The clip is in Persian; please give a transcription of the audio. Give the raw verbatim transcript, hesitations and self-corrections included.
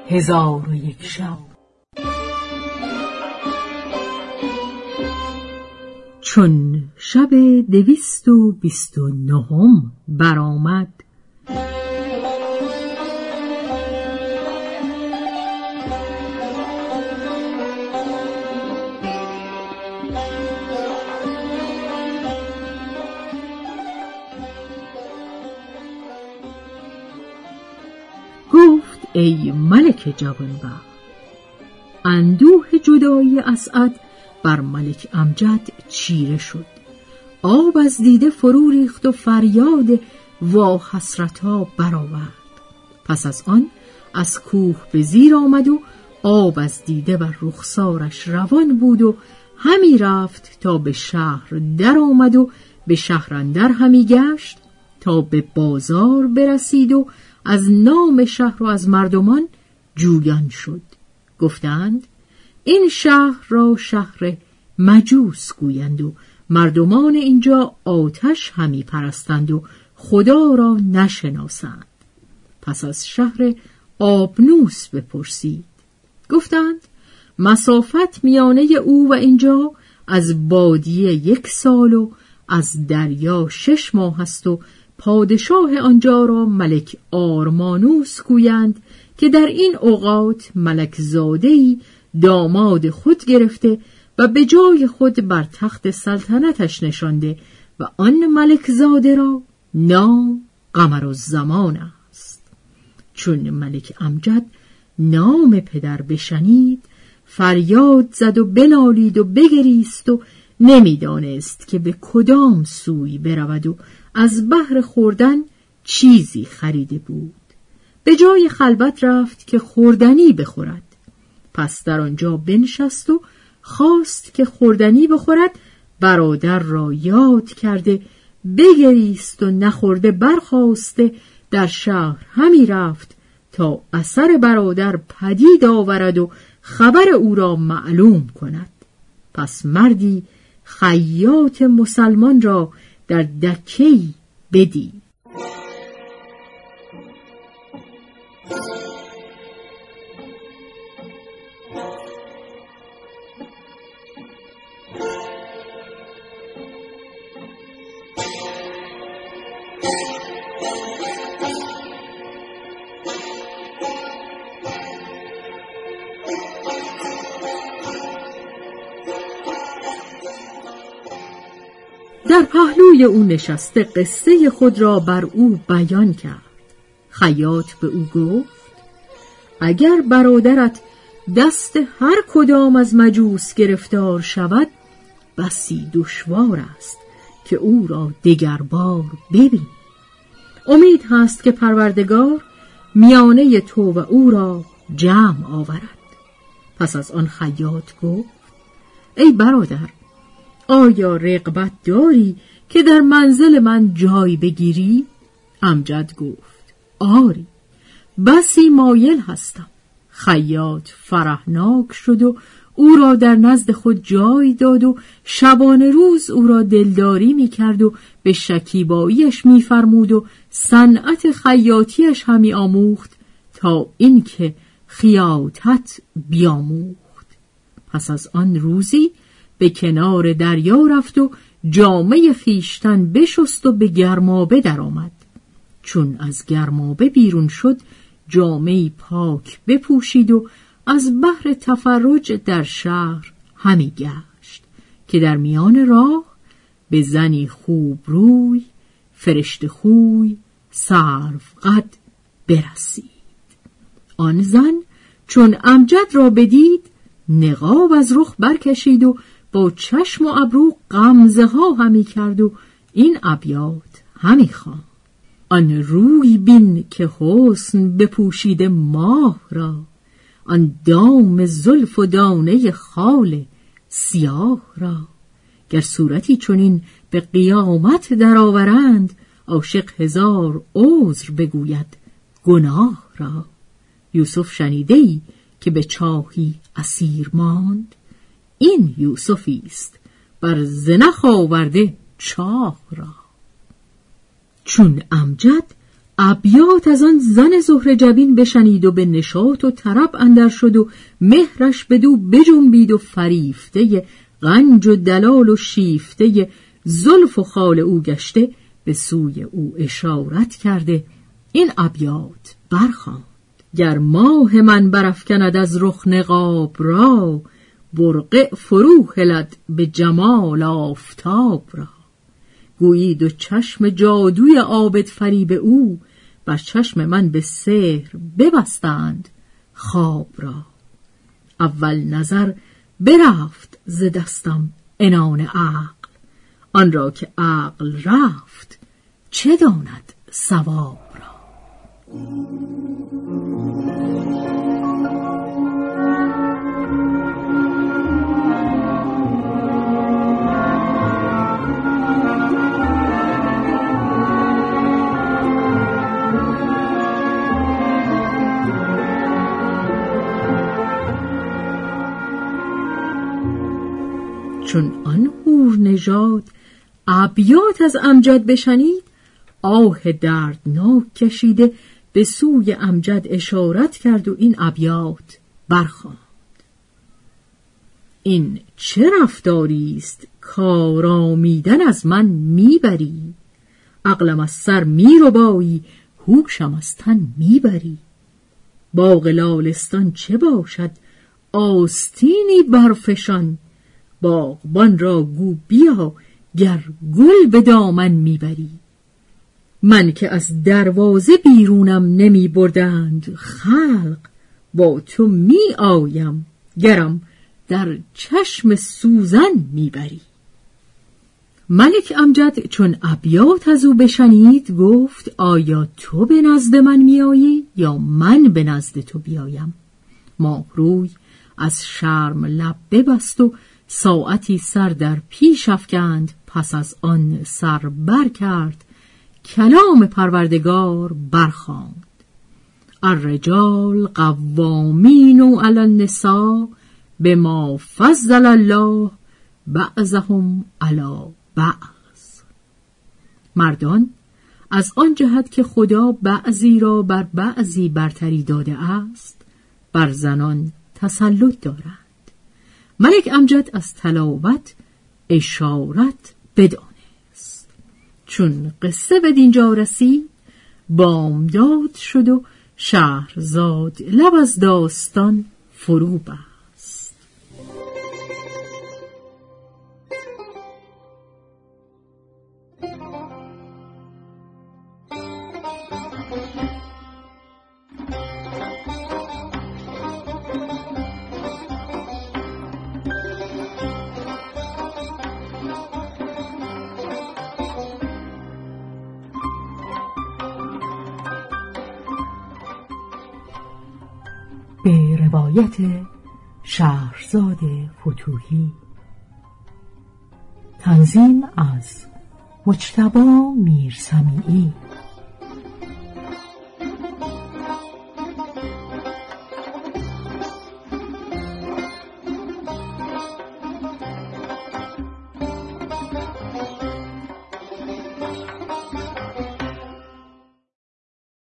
هزار و یک شب. چون شب دویست و بیست و نهم برآمد، گفت ای ملک جوانبخت، اندوه جدایی اسعد بر ملک امجد چیره شد. آب از دیده فرو ریخت و فریاد وا حسرتها برآورد. پس از آن از کوه به زیر آمد و آب از دیده بر رخسارش روان بود و همی رفت تا به شهر در آمد و به شهر اندر همی گشت تا به بازار برسید و از نام شهر و از مردمان جویان شد. گفتند این شهر را شهر مجوس گویند و مردمان اینجا آتش همی پرستند و خدا را نشناسند. پس از شهر آبنوس بپرسید. گفتند مسافت میانه او و اینجا از بادیه یک سال و از دریا شش ماه است و پادشاه آنجا را ملک آرمانوس گویند که در این اوقات ملک زاده‌ای داماد خود گرفته و به جای خود بر تخت سلطنتش نشانده و آن ملک زاده را نام قمرالزمان است. چون ملک امجد نام پدر بشنید، فریاد زد و بنالید و بگریست و نمیدانست که به کدام سوی برود و از بهر خوردن چیزی خریده بود. به جای خلوت رفت که خوردنی بخورد. پس در آنجا بنشست و خواست که خوردنی بخورد. برادر را یاد کرده بگریست و نخورده برخاسته در شهر همی رفت تا اثر برادر پدید آورد و خبر او را معلوم کند. پس مردی خیاط مسلمان را در دکه‌ای بدید. در پهلوی او نشسته قصه خود را بر او بیان کرد. خیاط به او گفت اگر برادرت دست هر کدام از مجوس گرفتار شود، بسی دشوار است که او را دگربار ببین. امید هست که پروردگار میانه تو و او را جمع آورد. پس از آن خیاط گفت ای برادر، آیا رغبت داری که در منزل من جای بگیری؟ امجد گفت آری، بسی مایل هستم. خیاط فرحناک شد و او را در نزد خود جای داد و شبانه روز او را دلداری می کرد و به شکیباییش می فرمود و صنعت خیاطیش همی آموخت تا اینکه خیاطت بیاموخت. پس از آن روزی به کنار دریا رفت و جامه خیشتن بشست و به گرمابه در آمد. چون از گرمابه بیرون شد، جامه پاک بپوشید و از بحر تفرج در شهر همی گشت که در میان راه به زنی خوب روی، فرشته خوی، سرو قد برسید. آن زن چون امجد را بدید، نقاب از رخ برکشید و با چشم و ابرو غمزه ها همی کرد و این ابیات همی خواند: آن روی بین که حسن بپوشیده ماه را، آن دام زلف و دانه خال سیاه را. گر صورتی چنین به قیامت درآورند، عاشق هزار عذر بگوید گناه را. یوسف شنیده‌ای که به چاهی اسیر ماند؟ این یوسفی است بر زنخ آورده چاه را. چون امجد ابیات از آن زن زهره جبین بشنید و به نشاط و طرب اندر شد و مهرش بدو بجنبید و فریفته غنج و دلال و شیفته زلف و خال او گشته به سوی او اشارت کرده این ابیات برخواند: گر ماه من برافکند از رخ نقاب را، برقع فرو هلد به جمال آفتاب را. گویی دو چشم جادوی عابد فریب او، بر چشم من به سحر ببستند خواب را. اول نظر برفت ز دستم عنان عقل، آن را که عقل رفت چه داند صواب را. چون آن حور نژاد ابیات از امجد بشنید، آه دردناک کشیده به سوی امجد اشارت کرد و این ابیات برخواند: این چه رفتاری است کآرامیدن از من میبری، عقلم از سر میربایی هوشم از تن میبری. باغ لالستان چه باشد آستینی برفشان، باغبان را گو بیا گر گل به دامن میبری. من که از دروازه بیرونم نمی بردند خلق، با تو می آیم گرم در چشم سوزن میبری. ملک امجد چون ابیات از او بشنید گفت: آیا تو به نزد من میایی یا من به نزد تو بیایم؟ ماهروی از شرم لب ببست و ساعتی سر در پیش افکند، پس از آن سر بر کرد کلام پروردگار برخواند: الرجال قوامین علی النساء بما فضل الله بعضهم علی بعض. مردان از آن جهت که خدا بعضی را بر بعضی برتری داده است، بر زنان تسلط دارند. ملک امجد از تلاوت اشارت بدانست. چون قصه به دینجا رسید، بامداد شد و شهرزاد لب از داستان فرو بست. به روایت شهرزاد فتوحی. تنظیم از مجتبی میرسمیعی.